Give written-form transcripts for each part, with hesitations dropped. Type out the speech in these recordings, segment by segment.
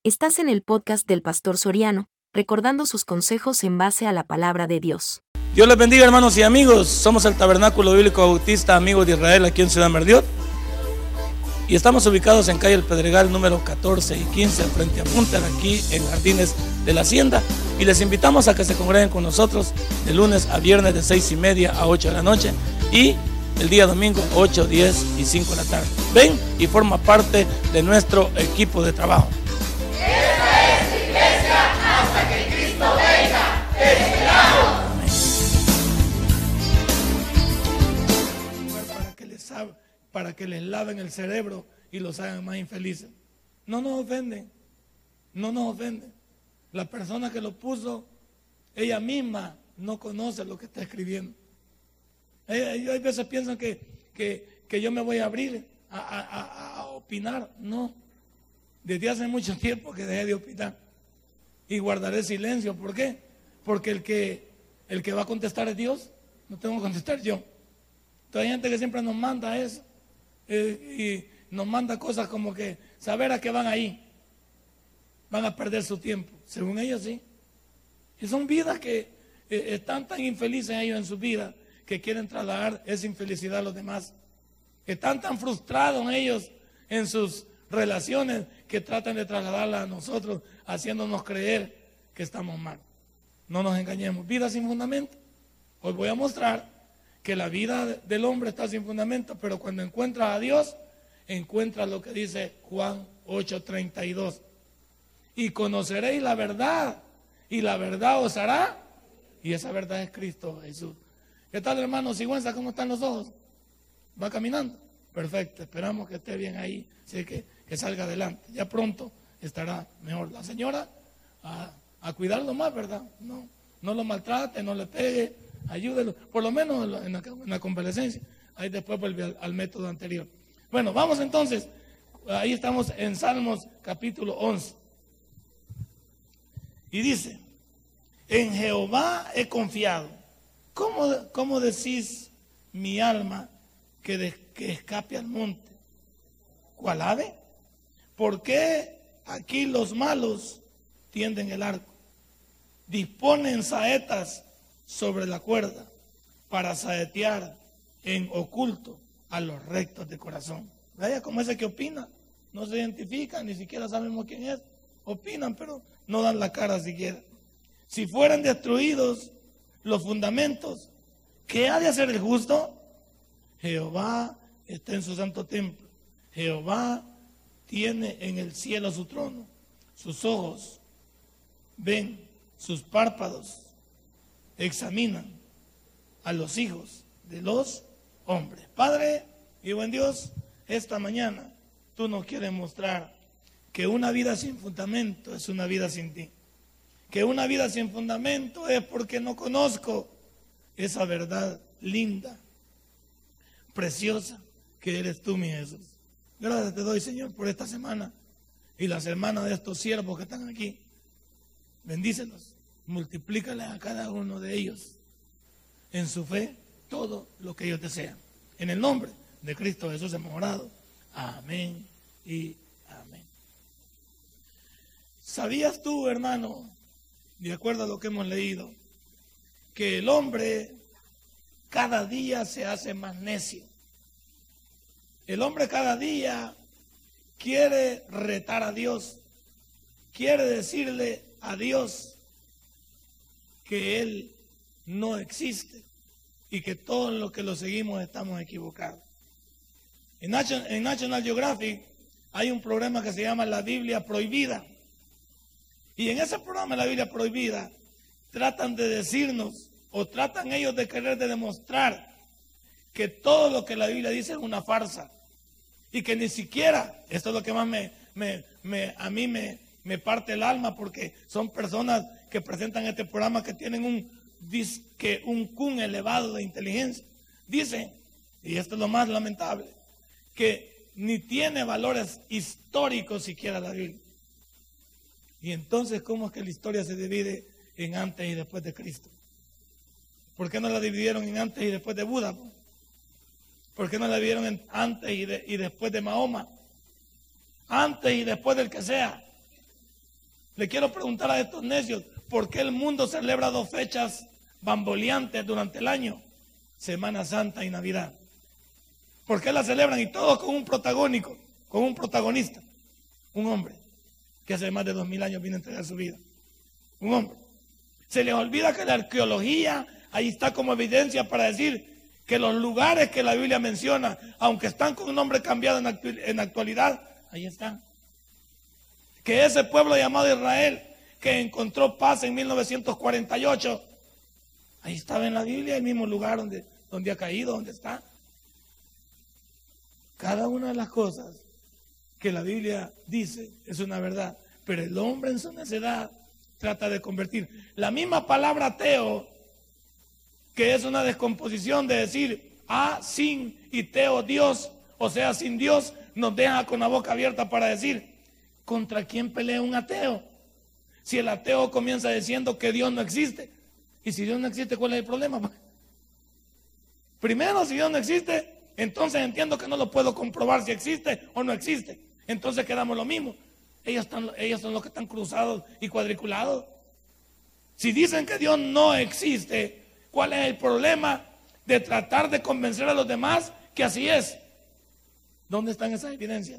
Estás en el podcast del Pastor Soriano, recordando sus consejos en base a la palabra de Dios. Dios les bendiga, hermanos y amigos. Somos el Tabernáculo Bíblico Bautista Amigos de Israel aquí en Ciudad Merdiot. Y estamos ubicados en calle El Pedregal número 14 y 15 frente a Punta, aquí en Jardines de la Hacienda. Y les invitamos a que se congreguen con nosotros de lunes a viernes de 6:30 a 8 de la noche y el día domingo 8, 10 y 5 de la tarde. Ven y forma parte de nuestro equipo de trabajo. Esta es la iglesia hasta que Cristo venga. ¡Te esperamos! Para que les laven el cerebro y los hagan más infelices. No nos ofenden. La persona que lo puso, ella misma no conoce lo que está escribiendo. Hay veces piensan que yo me voy a abrir a opinar. No. Desde hace mucho tiempo que dejé de opinar y guardaré silencio. ¿Por qué? Porque el que va a contestar es Dios, no tengo que contestar yo. Entonces hay gente que siempre nos manda eso y nos manda cosas como que saber a qué van ahí, van a perder su tiempo, según ellos sí. Y son vidas que están tan infelices ellos en su vida que quieren trasladar esa infelicidad a los demás. Están tan frustrados ellos en sus relaciones que tratan de trasladarla a nosotros, haciéndonos creer que estamos mal. No nos engañemos. Vida sin fundamento. Hoy voy a mostrar que la vida del hombre está sin fundamento, pero cuando encuentras a Dios, encuentras lo que dice Juan 8:32. Y conoceréis la verdad, y la verdad os hará, y esa verdad es Cristo Jesús. ¿Qué tal, hermano Sigüenza? ¿Cómo están los ojos? ¿Va caminando? Perfecto, esperamos que esté bien ahí, así que salga adelante. Ya pronto estará mejor. La señora, a cuidarlo más, ¿verdad? No lo maltrate, no le pegue, ayúdelo, por lo menos en la convalecencia. Ahí después vuelve al método anterior. Bueno, vamos entonces, ahí estamos en Salmos capítulo 11. Y dice, en Jehová he confiado. ¿Cómo decís mi alma que escape al monte? ¿Cuál ave? ¿Por qué aquí los malos tienden el arco? Disponen saetas sobre la cuerda para saetear en oculto a los rectos de corazón. Vaya como ese que opina, no se identifica, ni siquiera sabemos quién es. Opinan, pero no dan la cara siquiera. Si fueran destruidos los fundamentos, ¿qué ha de hacer el justo? Jehová está en su santo templo. Jehová tiene en el cielo su trono. Sus ojos ven, sus párpados examinan a los hijos de los hombres. Padre y buen Dios, esta mañana tú nos quieres mostrar que una vida sin fundamento es una vida sin ti. Que una vida sin fundamento es porque no conozco esa verdad linda, preciosa, que eres tú, mi Jesús. Gracias te doy, Señor, por esta semana y las hermanas de estos siervos que están aquí. Bendícelos, multiplícales a cada uno de ellos en su fe todo lo que ellos desean. En el nombre de Cristo Jesús hemos orado. Amén y amén. ¿Sabías tú, hermano, de acuerdo a lo que hemos leído, que el hombre cada día se hace más necio? El hombre cada día quiere retar a Dios, quiere decirle a Dios que Él no existe y que todos los que lo seguimos estamos equivocados. En National Geographic hay un programa que se llama La Biblia Prohibida. Y en ese programa, La Biblia Prohibida, tratan de decirnos, o tratan ellos de querer de demostrar que todo lo que la Biblia dice es una farsa. Y que ni siquiera, esto es lo que más a mí me parte el alma, porque son personas que presentan este programa que tienen un cun elevado de inteligencia. Dicen, y esto es lo más lamentable, que ni tiene valores históricos siquiera la Biblia. Y entonces, ¿cómo es que la historia se divide en antes y después de Cristo? ¿Por qué no la dividieron en antes y después de Buda? ¿Por qué no la dividieron en antes y después de Mahoma? Antes y después del que sea. Le quiero preguntar a estos necios, ¿por qué el mundo celebra 2 fechas bamboleantes durante el año? Semana Santa y Navidad. ¿Por qué la celebran? Y todos con un protagónico, con un protagonista, un hombre que hace más de 2000 años vino a entregar su vida. Un hombre. Se les olvida que la arqueología ahí está como evidencia para decir que los lugares que la Biblia menciona, aunque están con un nombre cambiado en la actualidad, ahí están. Que ese pueblo llamado Israel, que encontró paz en 1948, ahí estaba en la Biblia, el mismo lugar donde ha caído, donde está. Cada una de las cosas que la Biblia dice es una verdad, pero el hombre en su necedad trata de convertir. La misma palabra ateo, que es una descomposición de decir sin y teo Dios, o sea, sin Dios, nos deja con la boca abierta para decir, ¿contra quién pelea un ateo? Si el ateo comienza diciendo que Dios no existe, y si Dios no existe, ¿cuál es el problema? Primero, si Dios no existe, entonces entiendo que no lo puedo comprobar si existe o no existe. Entonces quedamos lo mismo. Ellos son los que están cruzados y cuadriculados. Si dicen que Dios no existe, ¿cuál es el problema de tratar de convencer a los demás que así es? ¿Dónde están esas evidencias?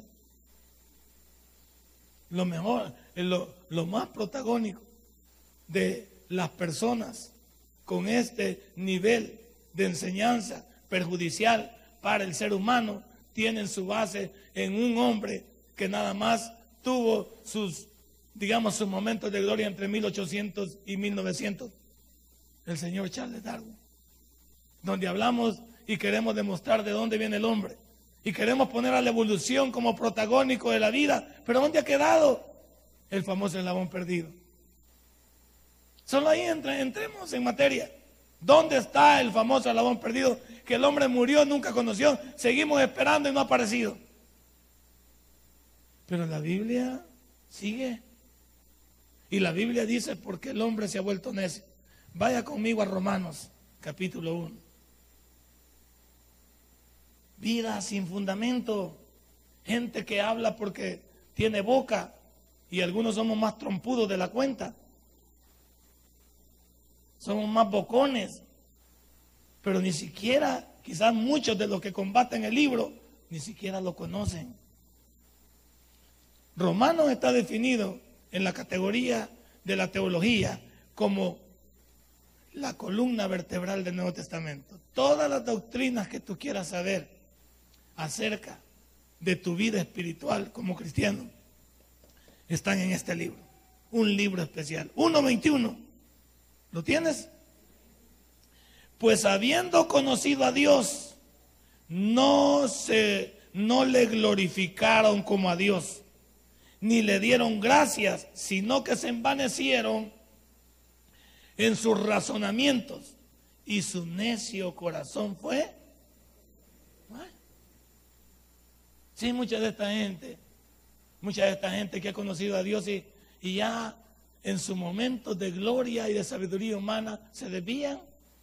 Lo mejor, lo más protagónico de las personas con este nivel de enseñanza perjudicial para el ser humano tienen su base en un hombre que nada más tuvo sus momentos de gloria entre 1800 y 1900, el señor Charles Darwin, donde hablamos y queremos demostrar de dónde viene el hombre y queremos poner a la evolución como protagónico de la vida, pero ¿dónde ha quedado el famoso eslabón perdido? Solo ahí entremos en materia. ¿Dónde está el famoso eslabón perdido que el hombre murió, nunca conoció? Seguimos esperando y no ha aparecido. Pero la Biblia sigue. Y la Biblia dice por qué el hombre se ha vuelto necio. Vaya conmigo a Romanos, capítulo 1. Vida sin fundamento. Gente que habla porque tiene boca. Y algunos somos más trompudos de la cuenta. Somos más bocones. Pero ni siquiera, quizás muchos de los que combaten el libro, ni siquiera lo conocen. Romanos está definido en la categoría de la teología como la columna vertebral del Nuevo Testamento. Todas las doctrinas que tú quieras saber acerca de tu vida espiritual como cristiano están en este libro. Un libro especial. 1:21. ¿Lo tienes? Pues habiendo conocido a Dios, no le glorificaron como a Dios, ni le dieron gracias, sino que se envanecieron en sus razonamientos, y su necio corazón fue. Sí, mucha de esta gente que ha conocido a Dios y ya en sus momentos de gloria y de sabiduría humana se desvían.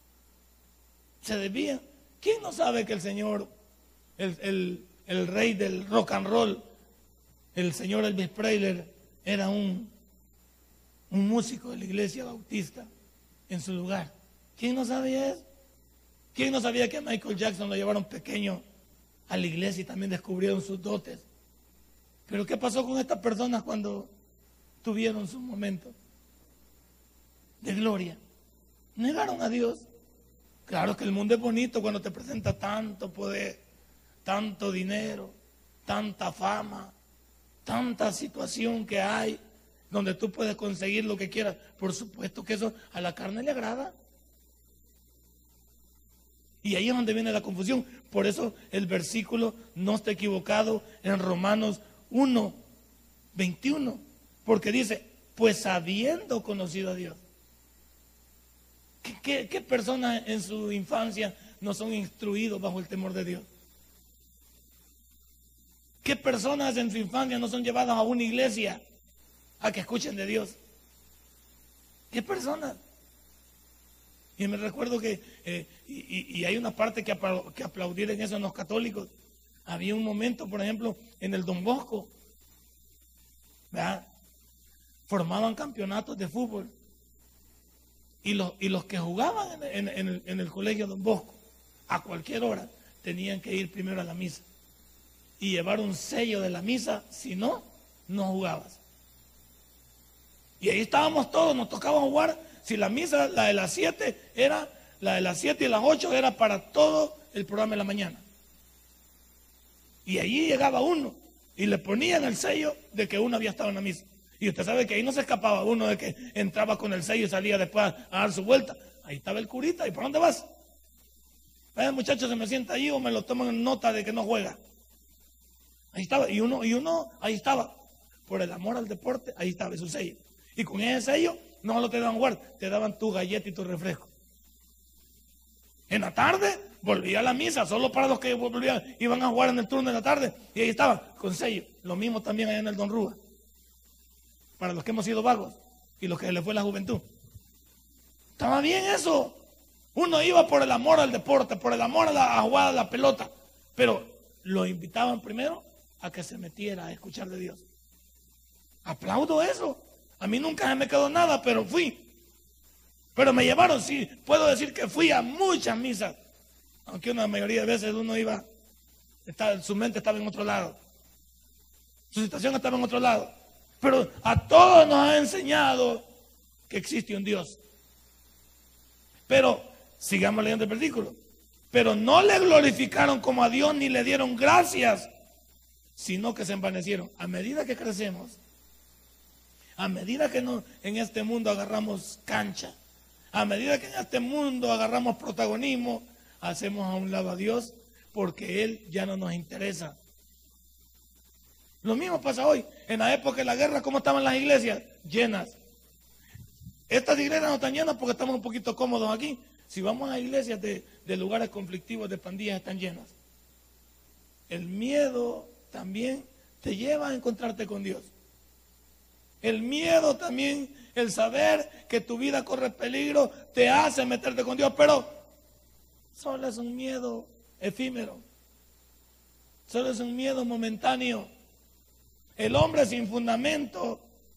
¿Quién no sabe que el Señor, el rey del rock and roll, el señor Elvis Presley, era un músico de la iglesia bautista en su lugar? ¿Quién no sabía eso? ¿Quién no sabía que a Michael Jackson lo llevaron pequeño a la iglesia y también descubrieron sus dotes? Pero ¿qué pasó con estas personas cuando tuvieron sus momentos de gloria? Negaron a Dios. Claro que el mundo es bonito cuando te presenta tanto poder, tanto dinero, tanta fama, tanta situación que hay, donde tú puedes conseguir lo que quieras. Por supuesto que eso a la carne le agrada. Y ahí es donde viene la confusión. Por eso el versículo no está equivocado en Romanos 1:21, porque dice, pues habiendo conocido a Dios. ¿Qué personas en su infancia no son instruidos bajo el temor de Dios? ¿Qué personas en su infancia no son llevadas a una iglesia a que escuchen de Dios? ¿Qué personas? Y me recuerdo que, y hay una parte que aplaudir en eso en los católicos. Había un momento, por ejemplo, en el Don Bosco, ¿verdad? formaban campeonatos de fútbol. Y los que jugaban en el colegio Don Bosco, a cualquier hora, tenían que ir primero a la misa y llevar un sello de la misa, si no, no jugabas. Y ahí estábamos todos, nos tocaba jugar. Si la misa, la de las 7 era, la de las 7 y las 8 era para todo el programa de la mañana. Y allí llegaba uno y le ponían el sello de que uno había estado en la misa. Y usted sabe que ahí no se escapaba uno de que entraba con el sello y salía después a dar su vuelta. Ahí estaba el curita. ¿Y por dónde vas? El muchacho se me sienta ahí o me lo toman en nota de que no juega. Ahí estaba. Y uno ahí estaba. Por el amor al deporte, ahí estaba su sello. Y con ese sello no lo te daban guarda, te daban tu galleta y tu refresco. En la tarde volvía a la misa, solo para los que iban a jugar en el turno de la tarde. Y ahí estaba, con sello. Lo mismo también allá en el Don Rúa. Para los que hemos sido vagos y los que le fue la juventud. Estaba bien eso. Uno iba por el amor al deporte, por el amor a jugar a la pelota. Pero lo invitaban primero a que se metiera a escuchar de Dios. Aplaudo eso. A mí nunca se me quedó nada, pero fui. Pero me llevaron, sí, puedo decir que fui a muchas misas. Aunque una mayoría de veces uno iba, su mente estaba en otro lado. Su situación estaba en otro lado. Pero a todos nos ha enseñado que existe un Dios. Pero, sigamos leyendo el versículo. Pero no le glorificaron como a Dios ni le dieron gracias, sino que se envanecieron. A medida que crecemos, a medida que en este mundo agarramos cancha, a medida que en este mundo agarramos protagonismo, hacemos a un lado a Dios porque Él ya no nos interesa. Lo mismo pasa hoy. En la época de la guerra, ¿cómo estaban las iglesias? Llenas. Estas iglesias no están llenas porque estamos un poquito cómodos aquí. Si vamos a iglesias de lugares conflictivos, de pandillas, están llenas. El miedo también te lleva a encontrarte con Dios. El miedo también, el saber que tu vida corre peligro, te hace meterte con Dios, pero solo es un miedo efímero. Solo es un miedo momentáneo. El hombre sin fundamento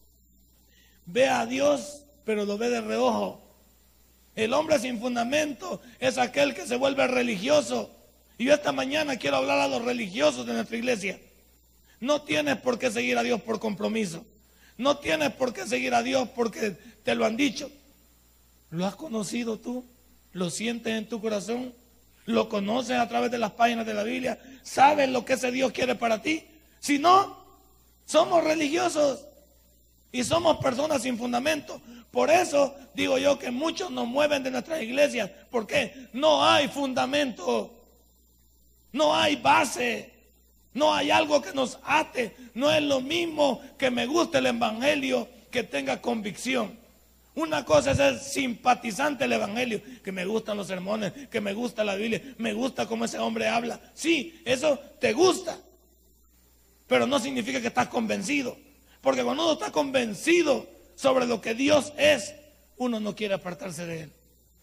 ve a Dios, pero lo ve de reojo. El hombre sin fundamento es aquel que se vuelve religioso. Y yo esta mañana quiero hablar a los religiosos de nuestra iglesia. No tienes por qué seguir a Dios por compromiso. No tienes por qué seguir a Dios porque te lo han dicho. ¿Lo has conocido tú? ¿Lo sientes en tu corazón? ¿Lo conoces a través de las páginas de la Biblia? ¿Sabes lo que ese Dios quiere para ti? Si no, somos religiosos y somos personas sin fundamento. Por eso digo yo que muchos nos mueven de nuestras iglesias. ¿Por qué? No hay fundamento. No hay base. No hay algo que nos ate. No es lo mismo que me guste el evangelio que tenga convicción. Una cosa es ser simpatizante del evangelio, que me gustan los sermones, que me gusta la Biblia, me gusta cómo ese hombre habla. Sí, eso te gusta, pero no significa que estás convencido. Porque cuando uno está convencido sobre lo que Dios es, uno no quiere apartarse de Él.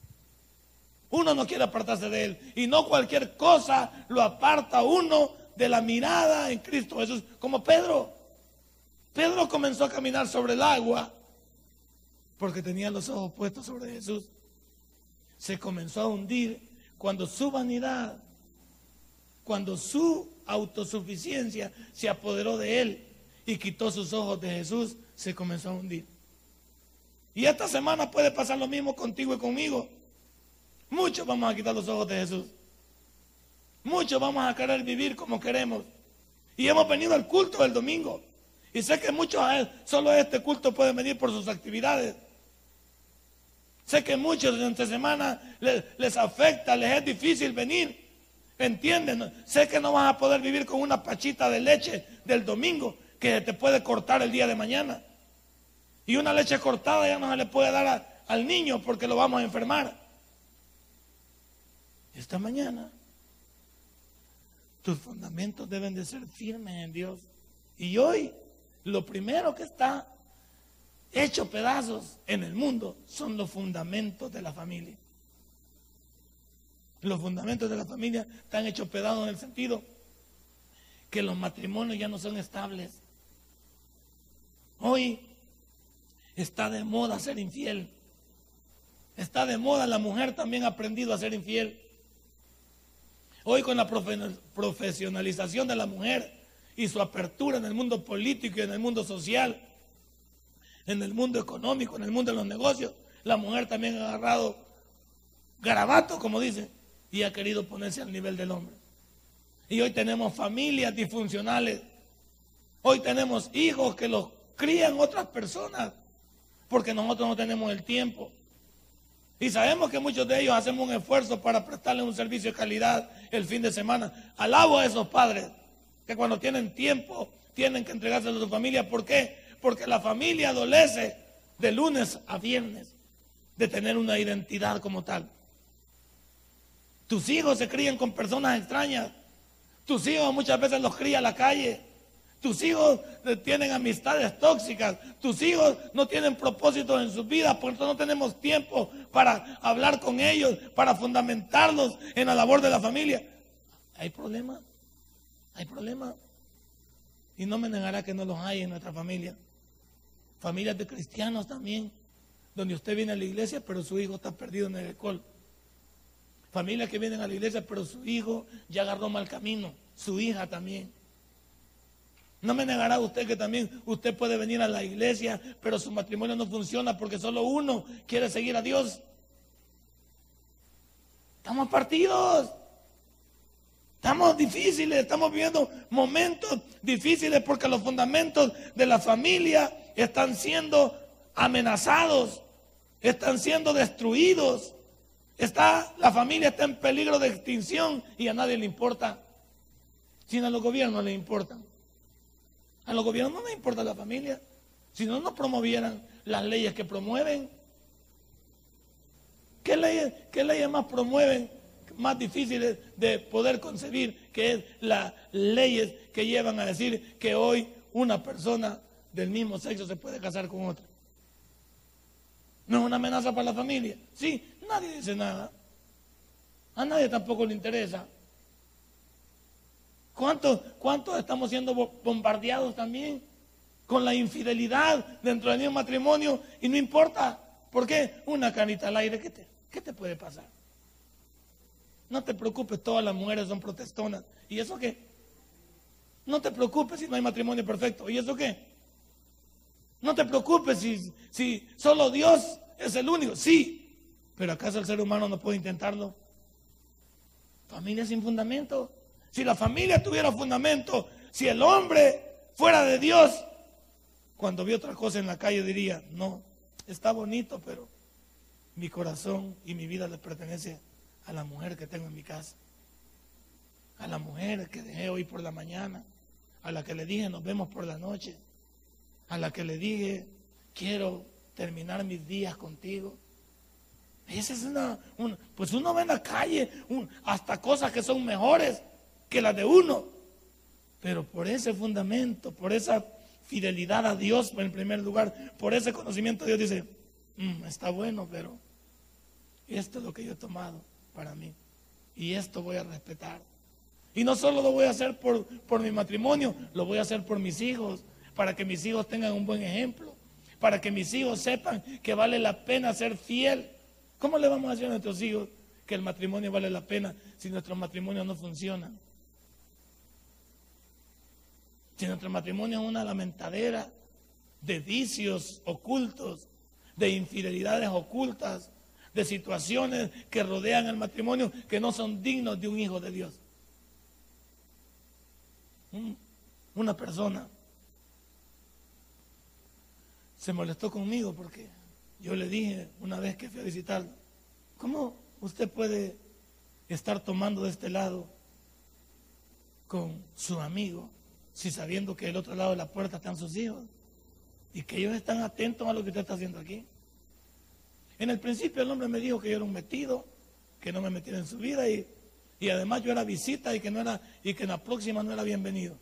Uno no quiere apartarse de Él. Y no cualquier cosa lo aparta a uno de la mirada en Cristo Jesús. Como Pedro. Pedro comenzó a caminar sobre el agua porque tenía los ojos puestos sobre Jesús. Se comenzó a hundir cuando su vanidad, cuando su autosuficiencia se apoderó de él y quitó sus ojos de Jesús, se comenzó a hundir. Y esta semana puede pasar lo mismo contigo y conmigo. Muchos vamos a quitar los ojos de Jesús. Muchos vamos a querer vivir como queremos. Y hemos venido al culto del domingo. Y sé que muchos solo a este culto pueden venir por sus actividades. Sé que muchos entre semana les afecta, les es difícil venir. ¿Entienden? Sé que no vas a poder vivir con una pachita de leche del domingo que te puede cortar el día de mañana. Y una leche cortada ya no se le puede dar al niño porque lo vamos a enfermar. Esta mañana tus fundamentos deben de ser firmes en Dios. Y hoy lo primero que está hecho pedazos en el mundo son los fundamentos de la familia. Los fundamentos de la familia están hechos pedazos en el sentido que los matrimonios ya no son estables. Hoy Está de moda ser infiel. Está de moda, la mujer también ha aprendido a ser infiel. Hoy con la profesionalización de la mujer y su apertura en el mundo político y en el mundo social, en el mundo económico, en el mundo de los negocios, la mujer también ha agarrado garabato, como dicen, y ha querido ponerse al nivel del hombre. Y hoy tenemos familias disfuncionales. Hoy tenemos hijos que los crían otras personas porque nosotros no tenemos el tiempo. Y sabemos que muchos de ellos hacemos un esfuerzo para prestarles un servicio de calidad el fin de semana. Alabo a esos padres que cuando tienen tiempo tienen que entregarse a su familia. ¿Por qué? Porque la familia adolece de lunes a viernes de tener una identidad como tal. Tus hijos se crían con personas extrañas. Tus hijos muchas veces los cría a la calle. Tus hijos tienen amistades tóxicas. Tus hijos no tienen propósitos en sus vidas. Por eso no tenemos tiempo para hablar con ellos, para fundamentarlos en la labor de la familia. Hay problemas. Hay problemas. Y no me negará que no los hay en nuestra familia. Familias de cristianos también, donde usted viene a la iglesia, pero su hijo está perdido en el alcohol. Familias que vienen a la iglesia, pero su hijo ya agarró mal camino. Su hija también. No me negará usted que también usted puede venir a la iglesia, pero su matrimonio no funciona porque solo uno quiere seguir a Dios. Estamos partidos. Estamos difíciles, estamos viviendo momentos difíciles porque los fundamentos de la familia están siendo amenazados, están siendo destruidos. La familia está en peligro de extinción y a nadie le importa. Si a los gobiernos les importan. A los gobiernos no les importa la familia. Si no promovieran las leyes que promueven. ¿Qué leyes más promueven? Más difíciles de poder concebir, que es las leyes que llevan a decir que hoy una persona del mismo sexo se puede casar con otra. ¿No es una amenaza para la familia? Sí, nadie dice nada. A nadie tampoco le interesa. ¿Cuántos estamos siendo bombardeados también con la infidelidad dentro del mismo matrimonio y no importa? ¿Por qué? Una canita al aire, ¿qué te puede pasar? No te preocupes, todas las mujeres son protestonas. ¿Y eso qué? No te preocupes si no hay matrimonio perfecto. ¿Y eso qué? No te preocupes si solo Dios es el único. Sí, pero ¿acaso el ser humano no puede intentarlo? Familia sin fundamento. Si la familia tuviera fundamento, si el hombre fuera de Dios, cuando vio otra cosa en la calle diría, no, está bonito, pero mi corazón y mi vida le pertenece a la mujer que tengo en mi casa, a la mujer que dejé hoy por la mañana, a la que le dije nos vemos por la noche, a la que le dije quiero terminar mis días contigo. Esa es pues uno ve en la calle hasta cosas que son mejores que las de uno, pero por ese fundamento, por esa fidelidad a Dios en primer lugar, por ese conocimiento de Dios dice, está bueno, pero esto es lo que yo he tomado para mí y esto voy a respetar. Y no solo lo voy a hacer por mi matrimonio, lo voy a hacer por mis hijos, para que mis hijos tengan un buen ejemplo, para que mis hijos sepan que vale la pena ser fiel. ¿Cómo le vamos a decir a nuestros hijos que el matrimonio vale la pena si nuestros matrimonios no funcionan? Si nuestro matrimonio es una lamentadera de vicios ocultos, de infidelidades ocultas, de situaciones que rodean el matrimonio que no son dignos de un hijo de Dios. Una persona se molestó conmigo porque yo le dije una vez que fui a visitarlo, ¿cómo usted puede estar tomando de este lado con su amigo si sabiendo que del otro lado de la puerta están sus hijos y que ellos están atentos a lo que usted está haciendo aquí? En el principio el hombre me dijo que yo era un metido, que no me metiera en su vida y además yo era visita y que en la próxima no era bienvenido.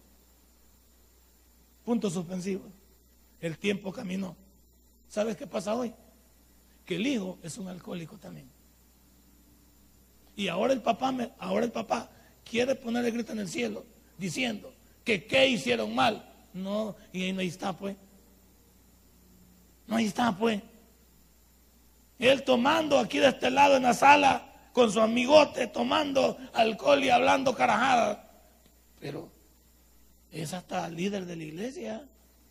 Punto suspensivo. El tiempo caminó. ¿Sabes qué pasa hoy? Que el hijo es un alcohólico también. Y ahora el papá quiere poner el grito en el cielo diciendo que qué hicieron mal. No, y ahí no está pues. Ahí está, pues. Él tomando aquí de este lado en la sala con su amigote, tomando alcohol y hablando carajadas. Pero es hasta líder de la iglesia.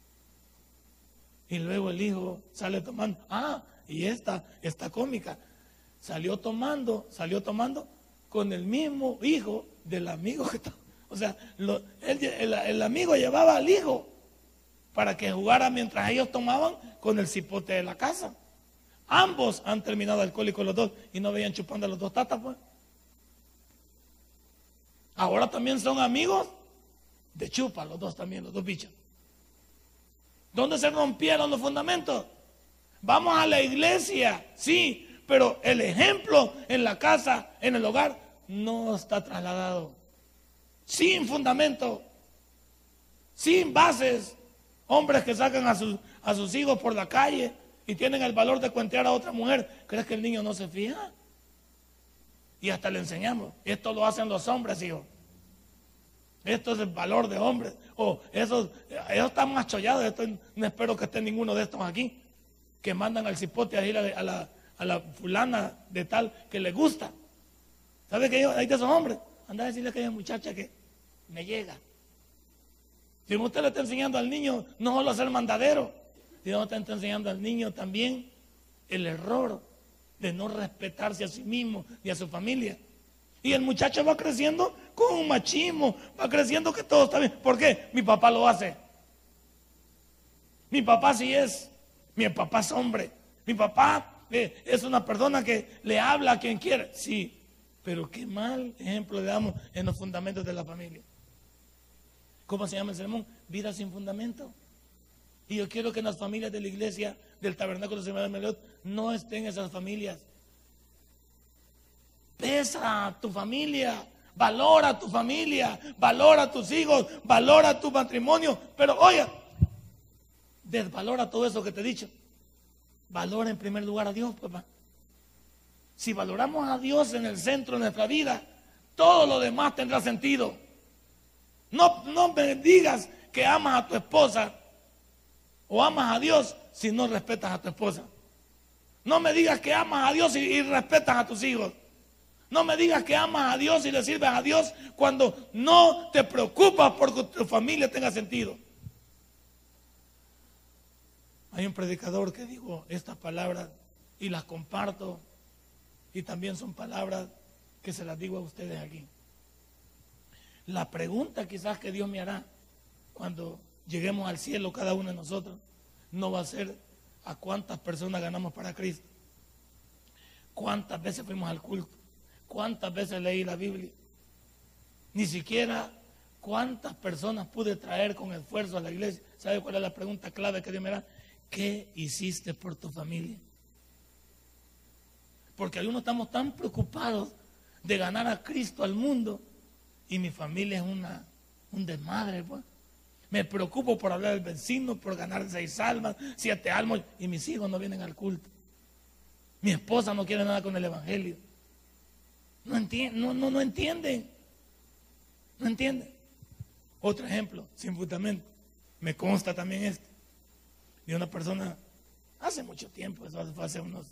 Y luego el hijo sale tomando. Y esta cómica. Salió tomando con el mismo hijo del amigo que estaba. O sea, el amigo llevaba al hijo para que jugara mientras ellos tomaban con el cipote de la casa. Ambos han terminado alcohólicos los dos y no veían chupando a los dos tatas, pues. Ahora también son amigos de chupa, los dos también, los dos bichos. ¿Dónde se rompieron los fundamentos? Vamos a la iglesia, sí, pero el ejemplo en la casa, en el hogar, no está trasladado. Sin fundamento, sin bases. Hombres que sacan a sus hijos por la calle y tienen el valor de cuentear a otra mujer. ¿Crees que el niño no se fija? Y hasta le enseñamos. Esto lo hacen los hombres, hijo. Esto es el valor de hombres. Ellos están más chollados. No espero que esté ninguno de estos aquí, que mandan al cipote a ir a la fulana de tal que le gusta. ¿Sabe que hay de esos hombres? Anda a decirle a aquella muchacha que me llega. Si usted le está enseñando al niño no solo a ser mandadero, sino que está enseñando al niño también el error de no respetarse a sí mismo y a su familia. Y el muchacho va creciendo con un machismo, va creciendo que todo está bien. ¿Por qué? Mi papá lo hace. Mi papá sí es. Mi papá es hombre. Mi papá es una persona que le habla a quien quiere. Sí, pero qué mal ejemplo le damos en los fundamentos de la familia. ¿Cómo se llama el sermón? Vida sin fundamento. Y yo quiero que en las familias de la iglesia, del tabernáculo de Semana de Melot, no estén esas familias. Pesa a tu familia, valora a tu familia, valora a tus hijos, valora tu matrimonio. Pero oiga, desvalora todo eso que te he dicho. Valora en primer lugar a Dios, papá. Si valoramos a Dios en el centro de nuestra vida, todo lo demás tendrá sentido. No me digas que amas a tu esposa o amas a Dios si no respetas a tu esposa. No me digas que amas a Dios y respetas a tus hijos. No me digas que amas a Dios y le sirves a Dios cuando no te preocupas porque tu familia tenga sentido. Hay un predicador que dijo estas palabras y las comparto, y también son palabras que se las digo a ustedes aquí. La pregunta quizás que Dios me hará cuando lleguemos al cielo cada uno de nosotros no va a ser a cuántas personas ganamos para Cristo, cuántas veces fuimos al culto, cuántas veces leí la Biblia, ni siquiera cuántas personas pude traer con esfuerzo a la iglesia. ¿Sabe cuál es la pregunta clave que Dios me hará? ¿Qué hiciste por tu familia? Porque algunos estamos tan preocupados de ganar a Cristo al mundo y mi familia es un desmadre, pues. Me preocupo por hablar del vecino, por ganar 6 almas, 7 almas, y mis hijos no vienen al culto. Mi esposa no quiere nada con el evangelio. No entienden. No entienden. Otro ejemplo, sin fundamento. Me consta también de una persona hace mucho tiempo, eso fue hace unos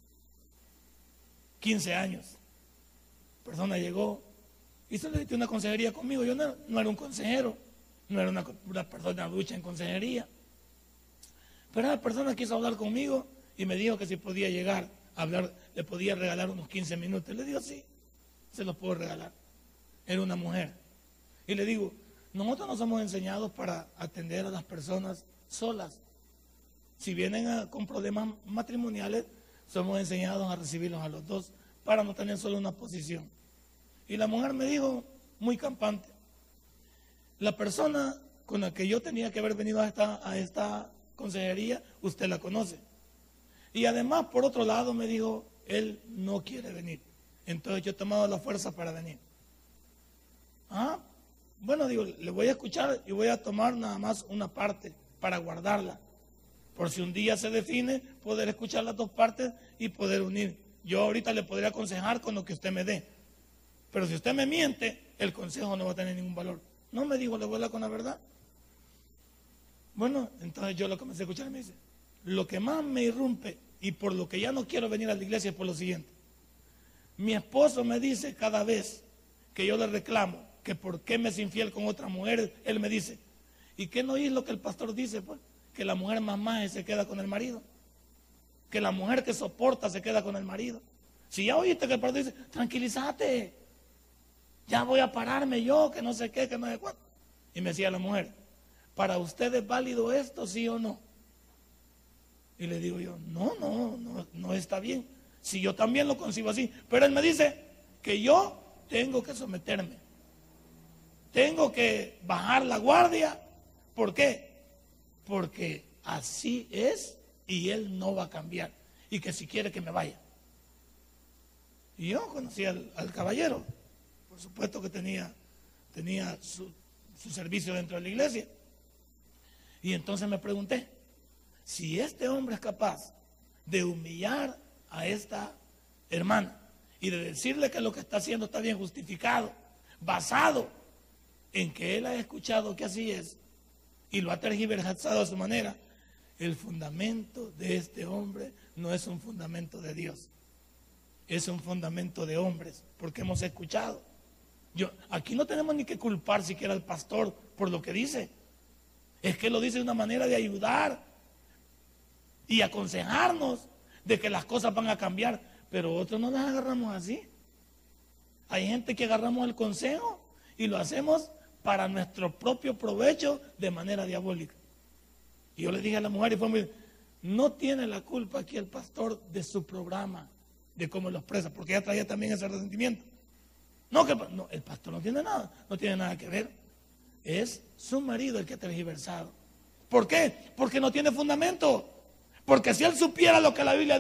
15 años. La persona llegó y se le dio una consejería conmigo. Yo no era un consejero, no era una persona ducha en consejería. Pero la persona quiso hablar conmigo y me dijo que si podía llegar a hablar, le podía regalar unos 15 minutos. Le digo, sí, se los puedo regalar. Era una mujer. Y le digo, nosotros no somos enseñados para atender a las personas solas. Si vienen con problemas matrimoniales, somos enseñados a recibirlos a los dos para no tener solo una posición. Y la mujer me dijo, muy campante, la persona con la que yo tenía que haber venido a esta consejería, usted la conoce. Y además, por otro lado, me dijo, él no quiere venir. Entonces yo he tomado la fuerza para venir. Bueno, digo, le voy a escuchar y voy a tomar nada más una parte para guardarla. Por si un día se define, poder escuchar las dos partes y poder unir. Yo ahorita le podría aconsejar con lo que usted me dé. Pero si usted me miente, el consejo no va a tener ningún valor. No me dijo, le voy a hablar con la verdad. Bueno, entonces yo lo comencé a escuchar y me dice, lo que más me irrumpe y por lo que ya no quiero venir a la iglesia es por lo siguiente. Mi esposo me dice cada vez que yo le reclamo que por qué me es infiel con otra mujer, él me dice, ¿y qué no oís lo que el pastor dice? Pues que la mujer más maja se queda con el marido, que la mujer que soporta se queda con el marido. Si ya oíste que el pastor dice, tranquilízate, ya voy a pararme yo, que no sé qué, que no sé cuánto. Y me decía la mujer, ¿para usted es válido esto, sí o no? Y le digo yo, no está bien. Si yo también lo concibo así, pero él me dice que yo tengo que someterme, tengo que bajar la guardia. ¿Por qué? Porque así es y él no va a cambiar, y que si quiere que me vaya. Y yo conocí al caballero, por supuesto que tenía su servicio dentro de la iglesia, y entonces me pregunté, si este hombre es capaz de humillar a esta hermana y de decirle que lo que está haciendo está bien justificado, basado en que él ha escuchado que así es y lo ha tergiversado a su manera, el fundamento de este hombre no es un fundamento de Dios, es un fundamento de hombres, porque hemos escuchado. Aquí no tenemos ni que culpar siquiera al pastor por lo que dice, es que lo dice de una manera de ayudar y aconsejarnos de que las cosas van a cambiar, pero otros no las agarramos así. Hay gente que agarramos el consejo y lo hacemos para nuestro propio provecho de manera diabólica. Y yo le dije a la mujer, y fue muy, no tiene la culpa aquí el pastor de su programa, de cómo lo expresa, porque ella traía también ese resentimiento. No, el pastor no tiene nada que ver. Es su marido el que ha tergiversado. ¿Por qué? Porque no tiene fundamento. Porque si él supiera lo que la Biblia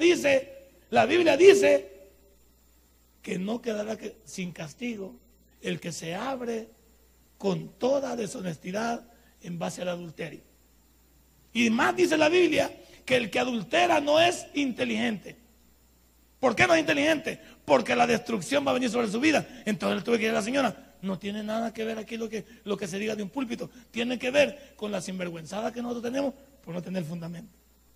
dice que no quedará sin castigo el que se abre con toda deshonestidad en base al adulterio. Y más dice la Biblia que el que adultera no es inteligente. ¿Por qué no es inteligente? Porque la destrucción va a venir sobre su vida. Entonces le tuve que decir a la señora, no tiene nada que ver aquí lo que se diga de un púlpito, tiene que ver con la sinvergüenzada que nosotros tenemos por no tener fundamento.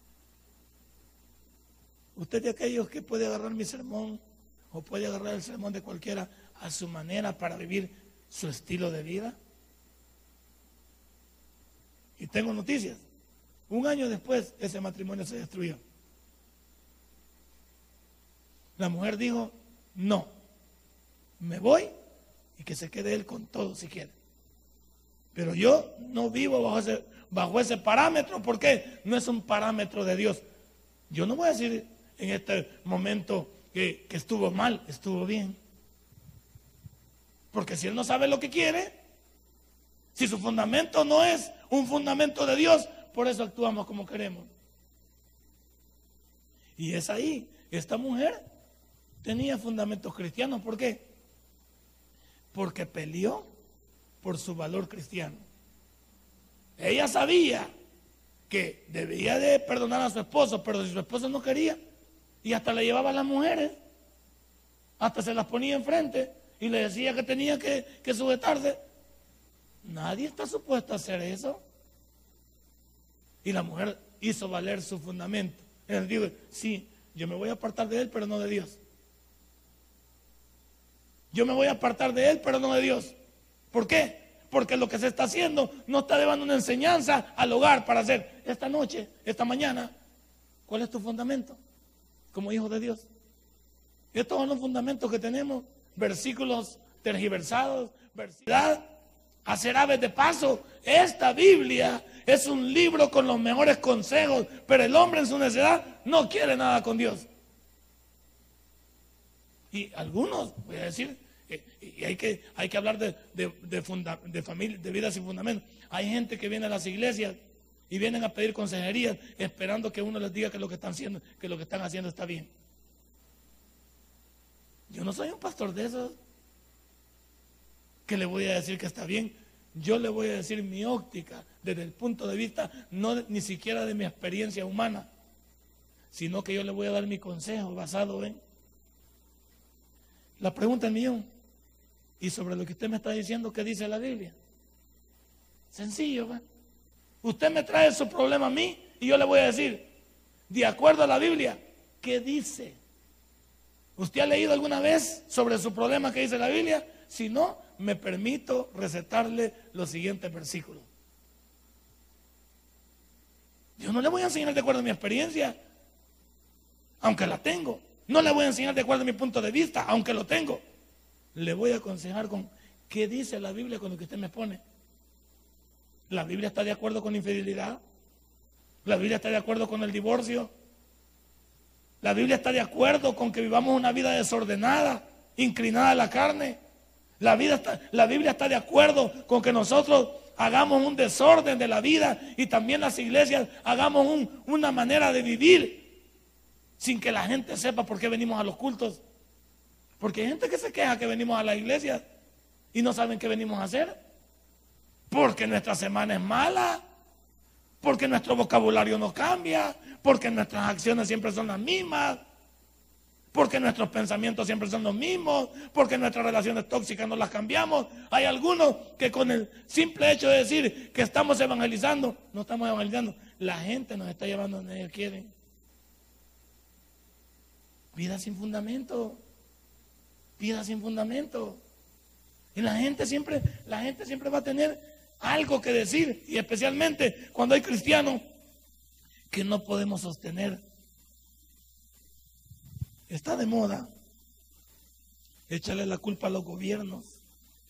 Usted de aquellos que puede agarrar mi sermón o puede agarrar el sermón de cualquiera a su manera para vivir su estilo de vida. Y tengo noticias. 1 año después ese matrimonio se destruyó. La mujer dijo, no, me voy y que se quede él con todo si quiere. Pero yo no vivo bajo ese parámetro, porque no es un parámetro de Dios. Yo no voy a decir en este momento que estuvo mal, estuvo bien. Porque si él no sabe lo que quiere, si su fundamento no es un fundamento de Dios, por eso actuamos como queremos. Y es ahí, esta mujer tenía fundamentos cristianos. ¿Por qué? Porque peleó por su valor cristiano. Ella sabía que debía de perdonar a su esposo, pero si su esposo no quería, y hasta le llevaba a las mujeres, hasta se las ponía enfrente y le decía que tenía que sujetarse. Nadie está supuesto a hacer eso. Y la mujer hizo valer su fundamento. Él dijo, sí, yo me voy a apartar de él, pero no de Dios. Yo me voy a apartar de él, pero no de Dios. ¿Por qué? Porque lo que se está haciendo no está llevando una enseñanza al hogar para hacer esta noche, esta mañana. ¿Cuál es tu fundamento como hijo de Dios? Estos son los fundamentos que tenemos. Versículos tergiversados, hacer aves de paso. Esta Biblia es un libro con los mejores consejos, pero el hombre en su necedad no quiere nada con Dios. Y algunos, voy a decir, y hay que hablar de familia, de vida sin fundamento. Hay gente que viene a las iglesias y vienen a pedir consejería esperando que uno les diga que lo que están haciendo está bien. Yo no soy un pastor de esos que le voy a decir que está bien. Yo le voy a decir mi óptica desde el punto de vista ni siquiera de mi experiencia humana, sino que yo le voy a dar mi consejo basado en la pregunta del millón. Y sobre lo que usted me está diciendo, ¿qué dice la Biblia? Sencillo, ¿va? Usted me trae su problema a mí y yo le voy a decir, de acuerdo a la Biblia, ¿qué dice? ¿Usted ha leído alguna vez sobre su problema que dice la Biblia? Si no, me permito recetarle los siguientes versículos. Yo no le voy a enseñar de acuerdo a mi experiencia, aunque la tengo. No le voy a enseñar de acuerdo a mi punto de vista, aunque lo tengo. Le voy a aconsejar con qué dice la Biblia con lo que usted me pone. ¿La Biblia está de acuerdo con la infidelidad? ¿La Biblia está de acuerdo con el divorcio? ¿La Biblia está de acuerdo con que vivamos una vida desordenada, inclinada a la carne? ¿La Biblia está de acuerdo con que nosotros hagamos un desorden de la vida y también las iglesias hagamos una manera de vivir sin que la gente sepa por qué venimos a los cultos? Porque hay gente que se queja que venimos a la iglesia y no saben qué venimos a hacer. Porque nuestra semana es mala, porque nuestro vocabulario no cambia, porque nuestras acciones siempre son las mismas, porque nuestros pensamientos siempre son los mismos, porque nuestras relaciones tóxicas no las cambiamos. Hay algunos que con el simple hecho de decir que estamos evangelizando, no estamos evangelizando, la gente nos está llevando donde ellos quieren. Vida sin fundamento, vida sin fundamento. Y la gente siempre va a tener algo que decir, y especialmente cuando hay cristianos que no podemos sostener. Está de moda echarle la culpa a los gobiernos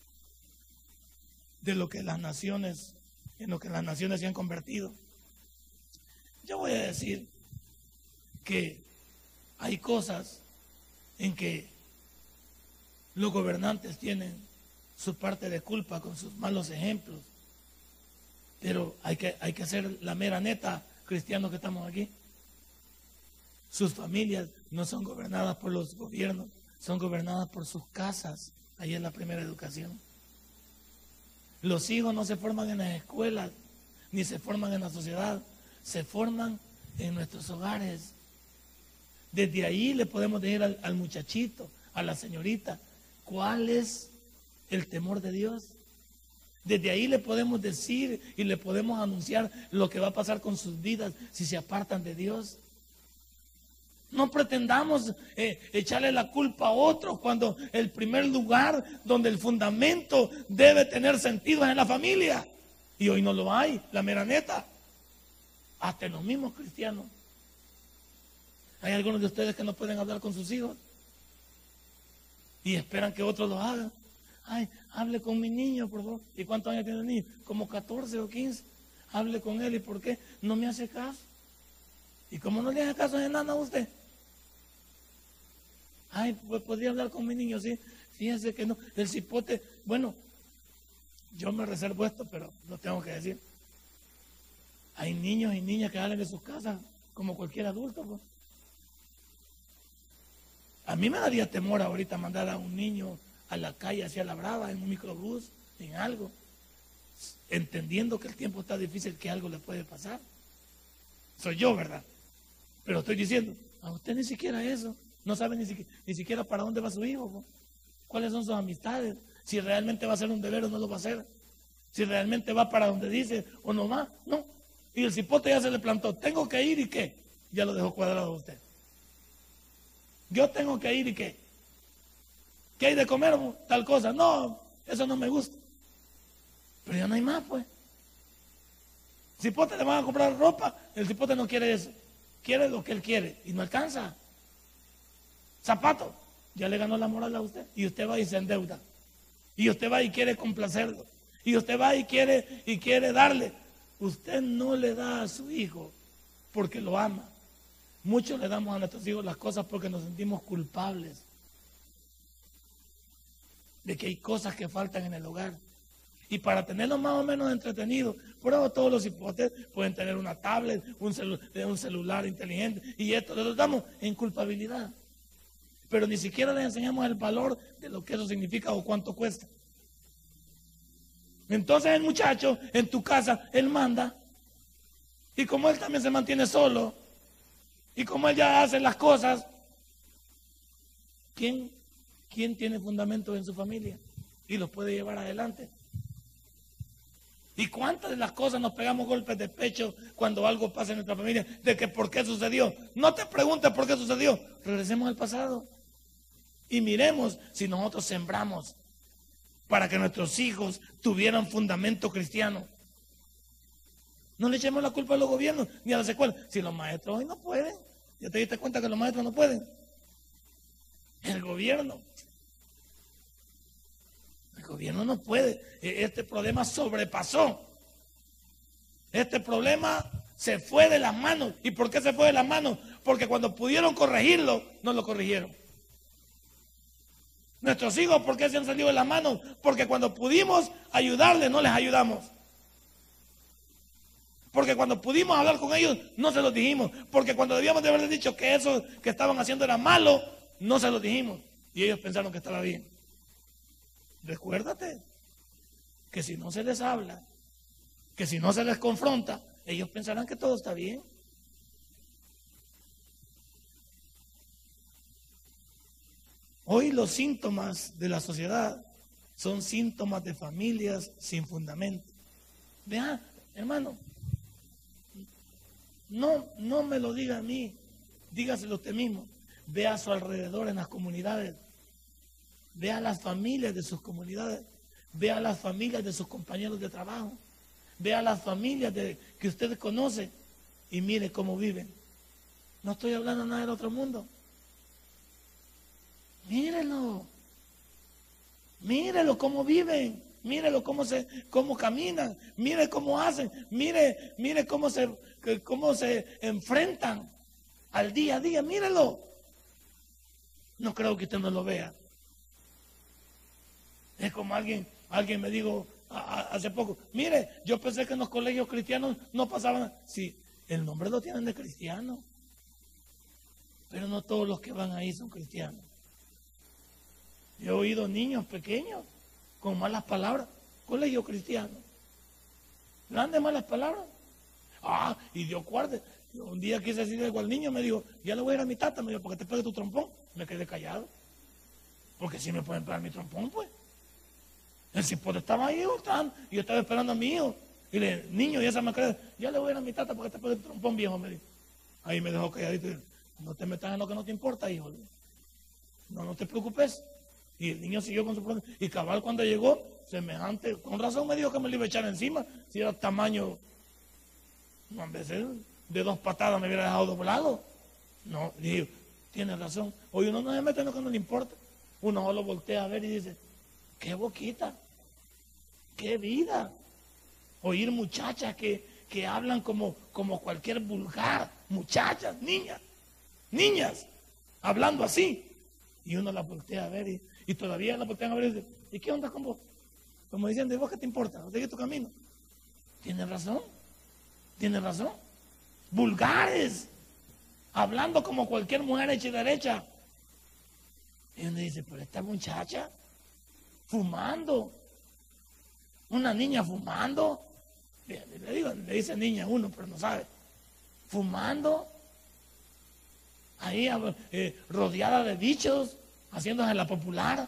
de lo que las naciones, en lo que las naciones se han convertido. Yo voy a decir que hay cosas en que los gobernantes tienen su parte de culpa con sus malos ejemplos. Pero hay que ser la mera neta, cristianos que estamos aquí. Sus familias no son gobernadas por los gobiernos, son gobernadas por sus casas. Ahí es la primera educación. Los hijos no se forman en las escuelas, ni se forman en la sociedad, se forman en nuestros hogares. Desde ahí le podemos decir al muchachito, a la señorita, ¿cuál es el temor de Dios? Desde ahí le podemos decir y le podemos anunciar lo que va a pasar con sus vidas si se apartan de Dios. No pretendamos echarle la culpa a otros cuando el primer lugar donde el fundamento debe tener sentido es en la familia. Y hoy no lo hay, la mera neta. Hasta en los mismos cristianos. Hay algunos de ustedes que no pueden hablar con sus hijos y esperan que otros lo hagan. Ay, hable con mi niño, por favor. ¿Y cuántos años tiene el niño? Como 14 o 15. Hable con él. ¿Y por qué? No me hace caso. ¿Y cómo no le hace caso de nada a usted? Ay, pues podría hablar con mi niño, sí. Fíjense que no. El cipote, bueno, yo me reservo esto, pero lo tengo que decir. Hay niños y niñas que salen de sus casas como cualquier adulto, pues. A mí me daría temor ahorita mandar a un niño a la calle hacia la brava, en un microbús, en algo, entendiendo que el tiempo está difícil, que algo le puede pasar. Soy yo, ¿verdad? Pero estoy diciendo, a usted ni siquiera eso, no sabe ni siquiera para dónde va su hijo, ¿no? Cuáles son sus amistades, si realmente va a ser un deber o no lo va a hacer, si realmente va para donde dice o no va, no. Y el cipote ya se le plantó, tengo que ir y qué, ya lo dejó cuadrado a usted. Yo tengo que ir y qué. ¿Qué hay de comer? Tal cosa. No, eso no me gusta. Pero ya no hay más, pues. Cipote le van a comprar ropa, el cipote no quiere eso. Quiere lo que él quiere y no alcanza. Zapatos, ya le ganó la moral a usted. Y usted va y se endeuda. Y usted va y quiere complacerlo. Y usted va y quiere darle. Usted no le da a su hijo porque lo ama. Muchos le damos a nuestros hijos las cosas porque nos sentimos culpables de que hay cosas que faltan en el hogar. Y para tenerlos más o menos entretenidos, por eso todos los cipotes pueden tener una tablet, un celular inteligente, y esto lo damos en culpabilidad. Pero ni siquiera les enseñamos el valor de lo que eso significa o cuánto cuesta. Entonces el muchacho en tu casa, él manda, y como él también se mantiene solo, y como él ya hace las cosas, ¿quién tiene fundamento en su familia y los puede llevar adelante? ¿Y cuántas de las cosas nos pegamos golpes de pecho cuando algo pasa en nuestra familia? De que ¿por qué sucedió? No te preguntes por qué sucedió. Regresemos al pasado y miremos si nosotros sembramos para que nuestros hijos tuvieran fundamento cristiano. No le echemos la culpa a los gobiernos ni a las escuelas. Si los maestros hoy no pueden, ¿ya te diste cuenta que los maestros no pueden? El gobierno no puede. Este problema sobrepasó. Este problema se fue de las manos. ¿Y por qué se fue de las manos? Porque cuando pudieron corregirlo, no lo corrigieron. Nuestros hijos, ¿por qué se han salido de las manos? Porque cuando pudimos ayudarles, no les ayudamos. Porque cuando pudimos hablar con ellos, no se los dijimos. Porque cuando debíamos de haberles dicho que eso que estaban haciendo era malo, no se los dijimos. Y ellos pensaron que estaba bien. Recuérdate que si no se les habla, que si no se les confronta, ellos pensarán que todo está bien. Hoy los síntomas de la sociedad son síntomas de familias sin fundamento. Vea, hermano, no me lo diga a mí, dígaselo usted mismo. Vea a su alrededor en las comunidades. Vea a las familias de sus comunidades. Vea a las familias de sus compañeros de trabajo. Vea a las familias que usted conoce y mire cómo viven. No estoy hablando nada del otro mundo. Mírelo. Mírelo cómo viven. Mírelo cómo caminan. Mire cómo hacen. Mire cómo se enfrentan al día a día. Mírelo. No creo que usted no lo vea. Es como alguien me dijo hace poco, mire, yo pensé que en los colegios cristianos no pasaban. Sí, el nombre lo tienen de cristiano, pero no todos los que van ahí son cristianos. Yo he oído niños pequeños con malas palabras, colegio cristiano, grandes malas palabras. Y Dios guarde, un día quise decirle algo al niño, me dijo, ya le voy a ir a mi tata, me dijo, porque te pegue tu trompón. Me quedé callado, porque si me pueden pegar mi trompón, pues. El cipote estaba ahí, y yo estaba esperando a mi hijo. Y le dije, niño, y esa me cree, ya le voy a ir a mi tata porque te pegue tu trompón, viejo, me dijo. Ahí me dejó calladito. Y, no te metas en lo que no te importa, hijo. No te preocupes. Y el niño siguió con su problema. Y cabal cuando llegó, semejante, con razón me dijo que me lo iba a echar encima. Si era tamaño, no, en vez de 2 patadas me hubiera dejado doblado. No, dije, tiene razón. Hoy uno no se mete en lo que no le importa. Uno solo voltea a ver y dice, qué boquita, qué vida. Oír muchachas que hablan como cualquier vulgar, muchachas, niñas, hablando así. Y uno la voltea a ver y todavía la voltean a ver y dice, ¿y qué onda con vos? Como diciendo, ¿y vos qué te importa? Sigue tu camino. Tiene razón. Vulgares, hablando como cualquier mujer hecha y derecha. Y uno dice, pero esta muchacha fumando, una niña fumando, le dice niña a uno, pero no sabe, fumando, ahí rodeada de bichos, haciéndose la popular.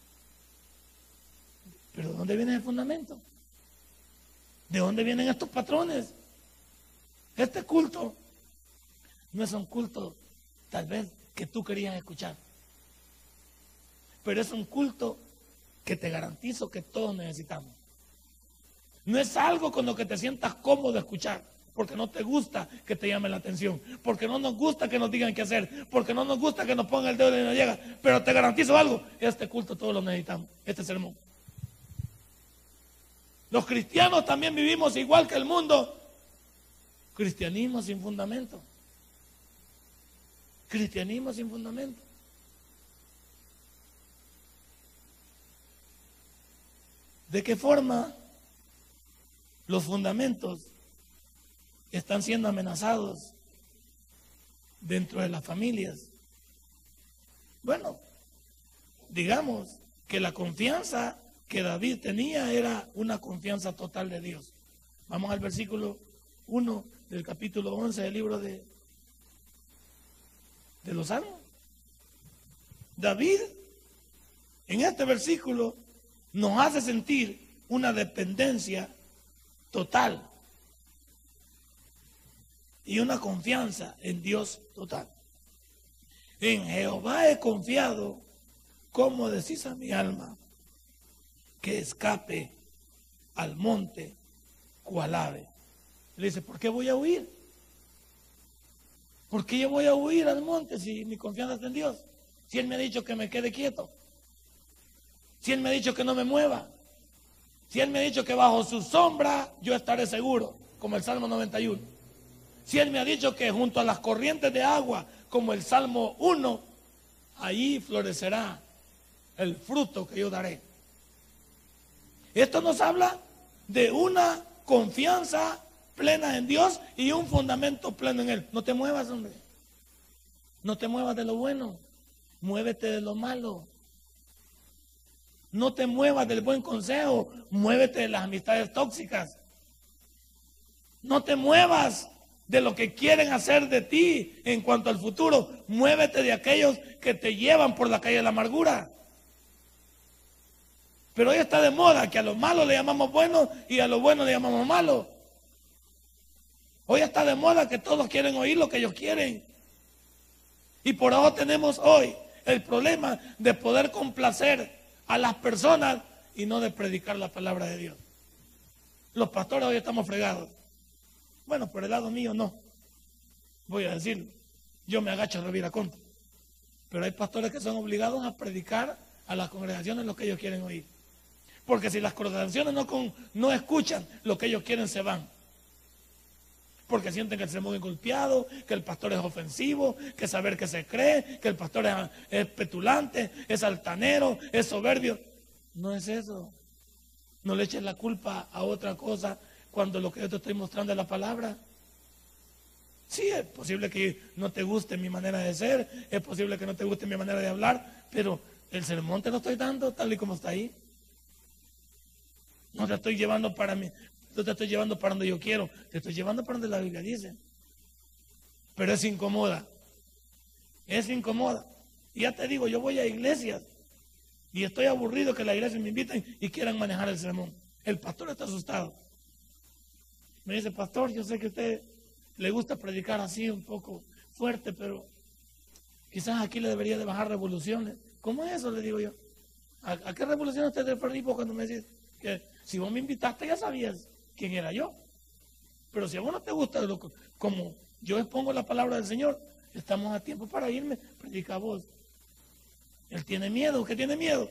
Pero ¿de dónde viene el fundamento? ¿De dónde vienen estos patrones? Este culto no es un culto tal vez que tú querías escuchar, pero es un culto que te garantizo que todos necesitamos. No es algo con lo que te sientas cómodo escuchar, porque no te gusta que te llame la atención, porque no nos gusta que nos digan qué hacer, porque no nos gusta que nos pongan el dedo en la llaga, pero te garantizo algo, este culto todos lo necesitamos, este sermón. Los cristianos también vivimos igual que el mundo, cristianismo sin fundamento. Cristianismo sin fundamento. ¿De qué forma los fundamentos están siendo amenazados dentro de las familias? Bueno, digamos que la confianza que David tenía era una confianza total de Dios. Vamos al versículo 1 del capítulo 11 del libro de los Salmos. David, en este versículo, nos hace sentir una dependencia total y una confianza en Dios total. En Jehová he confiado, como decís a mi alma, que escape al monte cual ave. Le dice, ¿por qué voy a huir? ¿Por qué yo voy a huir al monte si mi confianza está en Dios? Si Él me ha dicho que me quede quieto, si Él me ha dicho que no me mueva, si Él me ha dicho que bajo su sombra yo estaré seguro, como el Salmo 91. Si Él me ha dicho que junto a las corrientes de agua, como el Salmo 1, allí florecerá el fruto que yo daré. Esto nos habla de una confianza plena en Dios y un fundamento pleno en Él. No te muevas, hombre. No te muevas de lo bueno. Muévete de lo malo. No te muevas del buen consejo. Muévete de las amistades tóxicas. No te muevas de lo que quieren hacer de ti en cuanto al futuro. Muévete de aquellos que te llevan por la calle de la amargura. Pero hoy está de moda que a lo malo le llamamos bueno y a lo bueno le llamamos malo. Hoy está de moda que todos quieren oír lo que ellos quieren. Y por eso tenemos hoy el problema de poder complacer a las personas y no de predicar la palabra de Dios. Los pastores hoy estamos fregados. Bueno, por el lado mío no. Voy a decirlo. Yo me agacho a revira contra. Pero hay pastores que son obligados a predicar a las congregaciones lo que ellos quieren oír. Porque si las congregaciones no escuchan lo que ellos quieren, se van. Porque sienten que el sermón es golpeado, que el pastor es ofensivo, que saber que se cree, que el pastor es petulante, es altanero, es soberbio. No es eso. No le eches la culpa a otra cosa cuando lo que yo te estoy mostrando es la palabra. Sí, es posible que no te guste mi manera de ser, es posible que no te guste mi manera de hablar, pero el sermón te lo estoy dando tal y como está ahí. No te estoy llevando para mí, no te estoy llevando para donde yo quiero, te estoy llevando para donde la Biblia dice. Pero es incómoda. Es incómoda. Y ya te digo, yo voy a iglesias y estoy aburrido que la iglesia me inviten y quieran manejar el sermón. El pastor está asustado. Me dice, pastor, yo sé que a usted le gusta predicar así un poco fuerte, pero quizás aquí le debería de bajar revoluciones. ¿Cómo es eso? Le digo yo. ¿A qué revoluciones te referís cuando me decís que si vos me invitaste ya sabías quién era yo? Pero si a vos no te gusta como yo expongo la palabra del Señor, estamos a tiempo para irme, predica vos. Él tiene miedo. ¿Qué tiene miedo?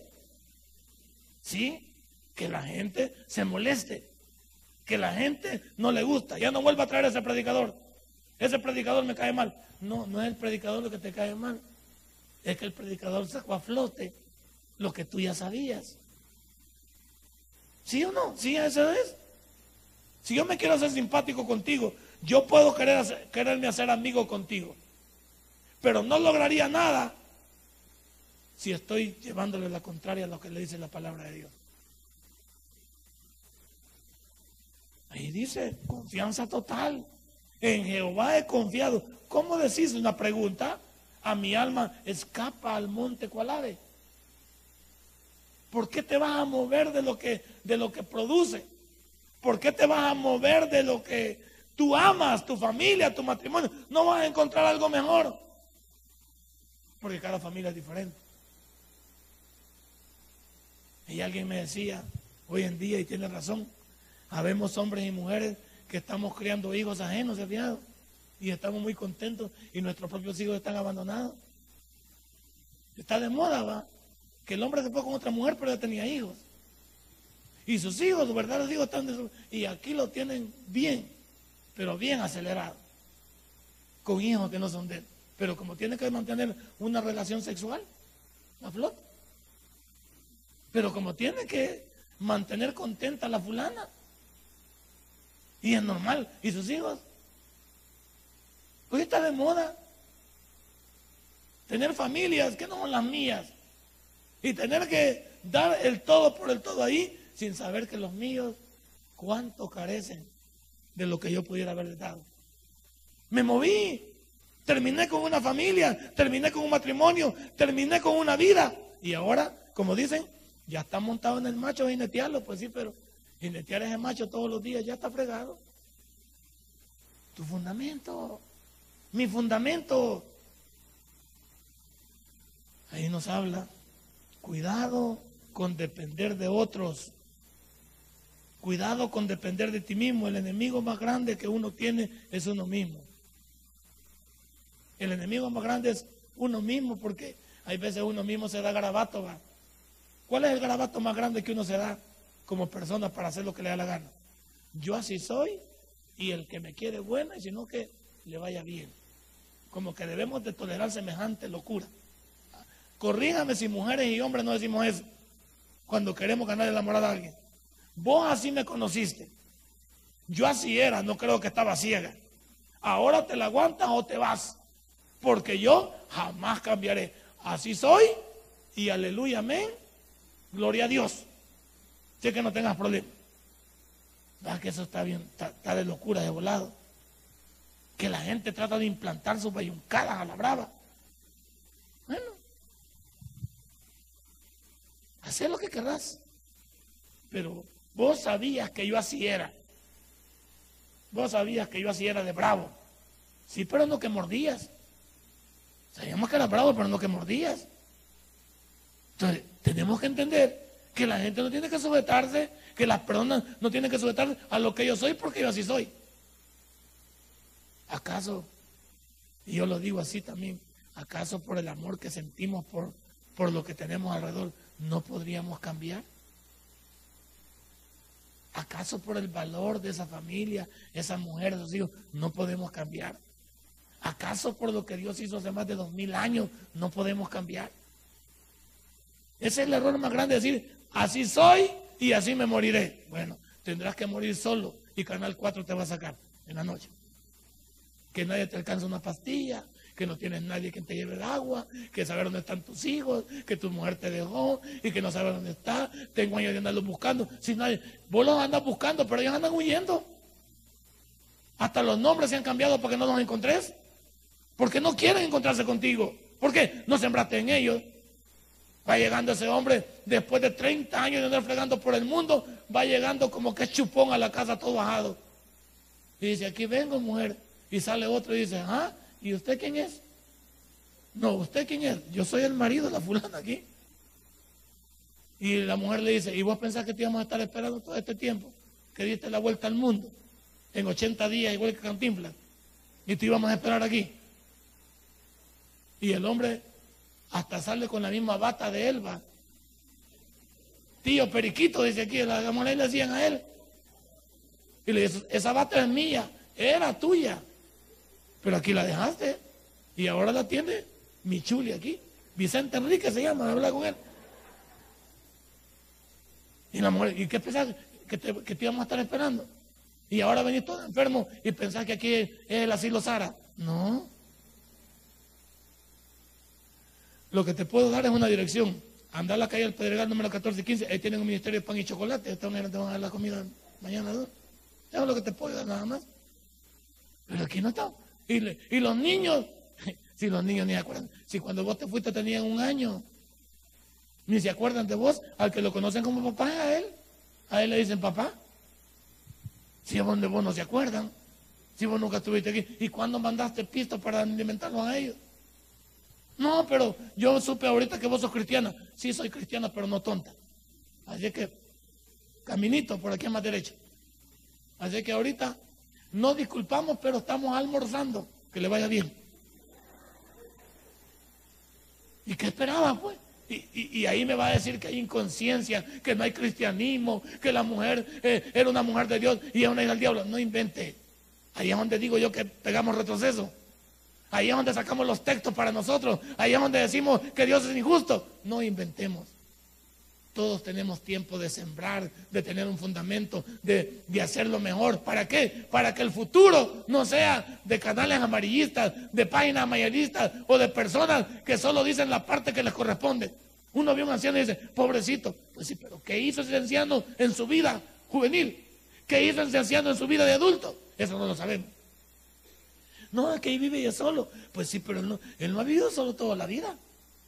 Sí, que la gente se moleste, que la gente no le gusta, ya no vuelva a traer a ese predicador. Ese predicador me cae mal. No, no es el predicador lo que te cae mal, es que el predicador sacó a flote lo que tú ya sabías. ¿Sí o no? Sí, eso es. Si yo me quiero hacer simpático contigo, yo puedo quererme hacer amigo contigo, pero no lograría nada si estoy llevándole la contraria a lo que le dice la palabra de Dios. Ahí dice, confianza total. En Jehová he confiado. ¿Cómo decís una pregunta? A mi alma, escapa al monte cual ave. ¿Por qué te vas a mover de lo que produce? ¿Por qué te vas a mover de lo que tú amas, tu familia, tu matrimonio? No vas a encontrar algo mejor. Porque cada familia es diferente. Y alguien me decía, hoy en día, y tiene razón, habemos hombres y mujeres que estamos criando hijos ajenos, ¿se ha fijado? Y estamos muy contentos y nuestros propios hijos están abandonados. Está de moda, ¿va? Que el hombre se fue con otra mujer, pero ya tenía hijos. Y sus hijos, sus verdaderos hijos están y aquí lo tienen bien, pero bien acelerado, con hijos que no son de él. Pero como tiene que mantener una relación sexual, la flota. Pero como tiene que mantener contenta a la fulana, y es normal, y sus hijos. Hoy está de moda tener familias que no son las mías y tener que dar el todo por el todo ahí sin saber que los míos cuánto carecen de lo que yo pudiera haberles dado. Me moví, terminé con una familia, terminé con un matrimonio, terminé con una vida y ahora, como dicen, ya está montado en el macho jinetearlo, pues sí, pero Y netear a ese macho todos los días ya está fregado. Tu fundamento, mi fundamento. Ahí nos habla, cuidado con depender de otros. Cuidado con depender de ti mismo. El enemigo más grande que uno tiene es uno mismo. El enemigo más grande es uno mismo, porque hay veces uno mismo se da garabato, ¿va? ¿Cuál es el garabato más grande que uno se da como persona para hacer lo que le da la gana? Yo así soy, y el que me quiere bueno, y si no, que le vaya bien. Como que debemos de tolerar semejante locura. Corríjame si mujeres y hombres no decimos eso cuando queremos ganar el amor a alguien. Vos así me conociste. Yo así era, no creo que estaba ciega. Ahora te la aguantas o te vas. Porque yo jamás cambiaré. Así soy y aleluya, amén. Gloria a Dios. Sé que no tengas problema. ¿Verdad que eso está bien? Está de locura, de volado. Que la gente trata de implantar sus bayuncadas a la brava. Bueno, haz lo que querrás. Pero vos sabías que yo así era. Vos sabías que yo así era de bravo. Sí, pero no que mordías. Sabíamos que era bravo, pero no que mordías. Entonces, tenemos que entender que la gente no tiene que sujetarse, que las personas no tienen que sujetarse a lo que yo soy, porque yo así soy. ¿Acaso, y yo lo digo así también, acaso por el amor que sentimos por lo que tenemos alrededor, no podríamos cambiar? ¿Acaso por el valor de esa familia, esa mujer, esos hijos, no podemos cambiar? ¿Acaso por lo que Dios hizo hace más de 2000 años no podemos cambiar? Ese es el error más grande, decir, así soy y así me moriré. Bueno, tendrás que morir solo y Canal 4 te va a sacar en la noche. Que nadie te alcanza una pastilla, que no tienes nadie que te lleve el agua, que saber dónde están tus hijos, que tu mujer te dejó y que no sabes dónde está. Tengo años de andarlos buscando. Si nadie, vos los andas buscando, pero ellos andan huyendo. Hasta los nombres se han cambiado para que no los encontres. Porque no quieren encontrarse contigo. ¿Por qué? No sembraste en ellos. Va llegando ese hombre, después de 30 años de andar fregando por el mundo, va llegando como que es chupón a la casa todo bajado. Y dice, aquí vengo, mujer. Y sale otro y dice, ah, ¿y usted quién es? No, ¿usted quién es? Yo soy el marido de la fulana aquí. Y la mujer le dice, ¿y vos pensás que te íbamos a estar esperando todo este tiempo? Que diste la vuelta al mundo en 80 días, igual que Cantinflas. Y te íbamos a esperar aquí. Y el hombre hasta sale con la misma bata de él, va. Tío Periquito, dice aquí, la mujer le decían a él. Y le dice, esa bata es mía, era tuya. Pero aquí la dejaste. Y ahora la tiene mi chuli aquí. Vicente Enrique se llama, habla con él. Y la mujer, ¿y qué pensás? Que te íbamos a estar esperando. Y ahora venís todo enfermo y pensás que aquí es el asilo Sara. No. Lo que te puedo dar es una dirección. Anda a la calle del Pedregal número 14 y 15. Ahí tienen un ministerio de pan y chocolate. Esta mañana te van a dar la comida mañana, ¿no? Eso es lo que te puedo dar nada más. Pero aquí no está. Y los niños, si los niños ni se acuerdan. Si cuando vos te fuiste tenían 1 año. Ni se acuerdan de vos. Al que lo conocen como papá es a él. A él le dicen papá. Si a donde vos no se acuerdan. Si vos nunca estuviste aquí. ¿Y cuándo mandaste pistas para alimentarlos a ellos? No, pero yo supe ahorita que vos sos cristiana. Sí, soy cristiana, pero no tonta. Así que, caminito por aquí a más derecha. Así que ahorita no disculpamos, pero estamos almorzando. Que le vaya bien. ¿Y qué esperaba, pues? Y ahí me va a decir que hay inconsciencia, que no hay cristianismo, que la mujer era una mujer de Dios y es una hija del diablo. No invente. Ahí es donde digo yo que pegamos retroceso. Ahí es donde sacamos los textos para nosotros. Ahí es donde decimos que Dios es injusto. No inventemos. Todos tenemos tiempo de sembrar, de tener un fundamento, de hacerlo mejor. ¿Para qué? Para que el futuro no sea de canales amarillistas, de páginas amarillistas o de personas que solo dicen la parte que les corresponde. Uno ve a un anciano y dice, pobrecito. Pues sí, pero ¿qué hizo ese anciano en su vida juvenil? ¿Qué hizo ese anciano en su vida de adulto? Eso no lo sabemos. No, es que ahí vive ella solo. Pues sí, pero él no ha vivido solo toda la vida.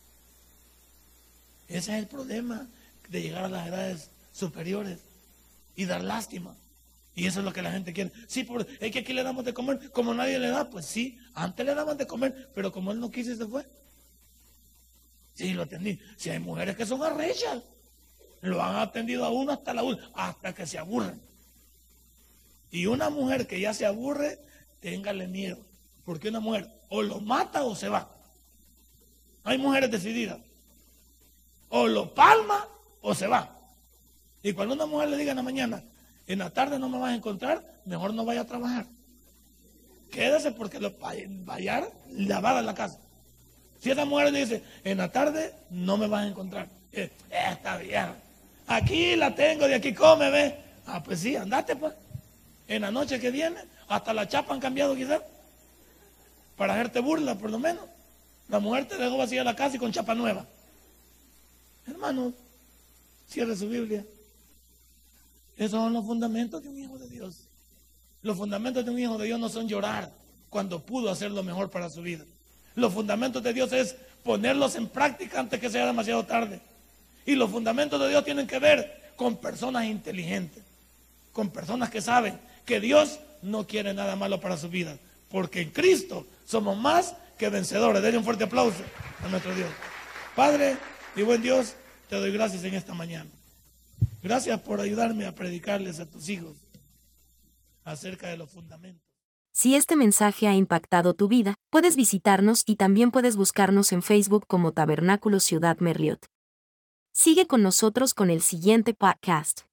Ese es el problema de llegar a las edades superiores. y dar lástima. Y eso es lo que la gente quiere. Sí, es que aquí le damos de comer como nadie le da. Pues sí, antes le daban de comer, pero como él no quiso y se fue. Sí, lo atendí. Si hay mujeres que son arrechas, lo han atendido a uno hasta la última, hasta que se aburren. Y una mujer que ya se aburre, téngale miedo. Porque una mujer o lo mata o se va. Hay mujeres decididas. O lo palma o se va. Y cuando una mujer le diga en la mañana, en la tarde no me vas a encontrar, mejor no vaya a trabajar. Quédese porque lo vaya a lavar en la casa. Si esa mujer le dice, en la tarde no me vas a encontrar. Está bien. Aquí la tengo, de aquí come, ve. Ah, pues sí, andate pues. En la noche que viene, hasta la chapa han cambiado quizás. Para hacerte burla, por lo menos. La mujer te dejó vacía la casa y con chapa nueva. Hermano, cierre su Biblia. Esos son los fundamentos de un hijo de Dios. Los fundamentos de un hijo de Dios no son llorar cuando pudo hacer lo mejor para su vida. Los fundamentos de Dios es ponerlos en práctica antes que sea demasiado tarde. Y los fundamentos de Dios tienen que ver con personas inteligentes, con personas que saben que Dios no quiere nada malo para su vida, porque en Cristo somos más que vencedores. Denle un fuerte aplauso a nuestro Dios. Padre y buen Dios, te doy gracias en esta mañana. Gracias por ayudarme a predicarles a tus hijos acerca de los fundamentos. Si este mensaje ha impactado tu vida, puedes visitarnos y también puedes buscarnos en Facebook como Tabernáculo Ciudad Merliot. Sigue con nosotros con el siguiente podcast.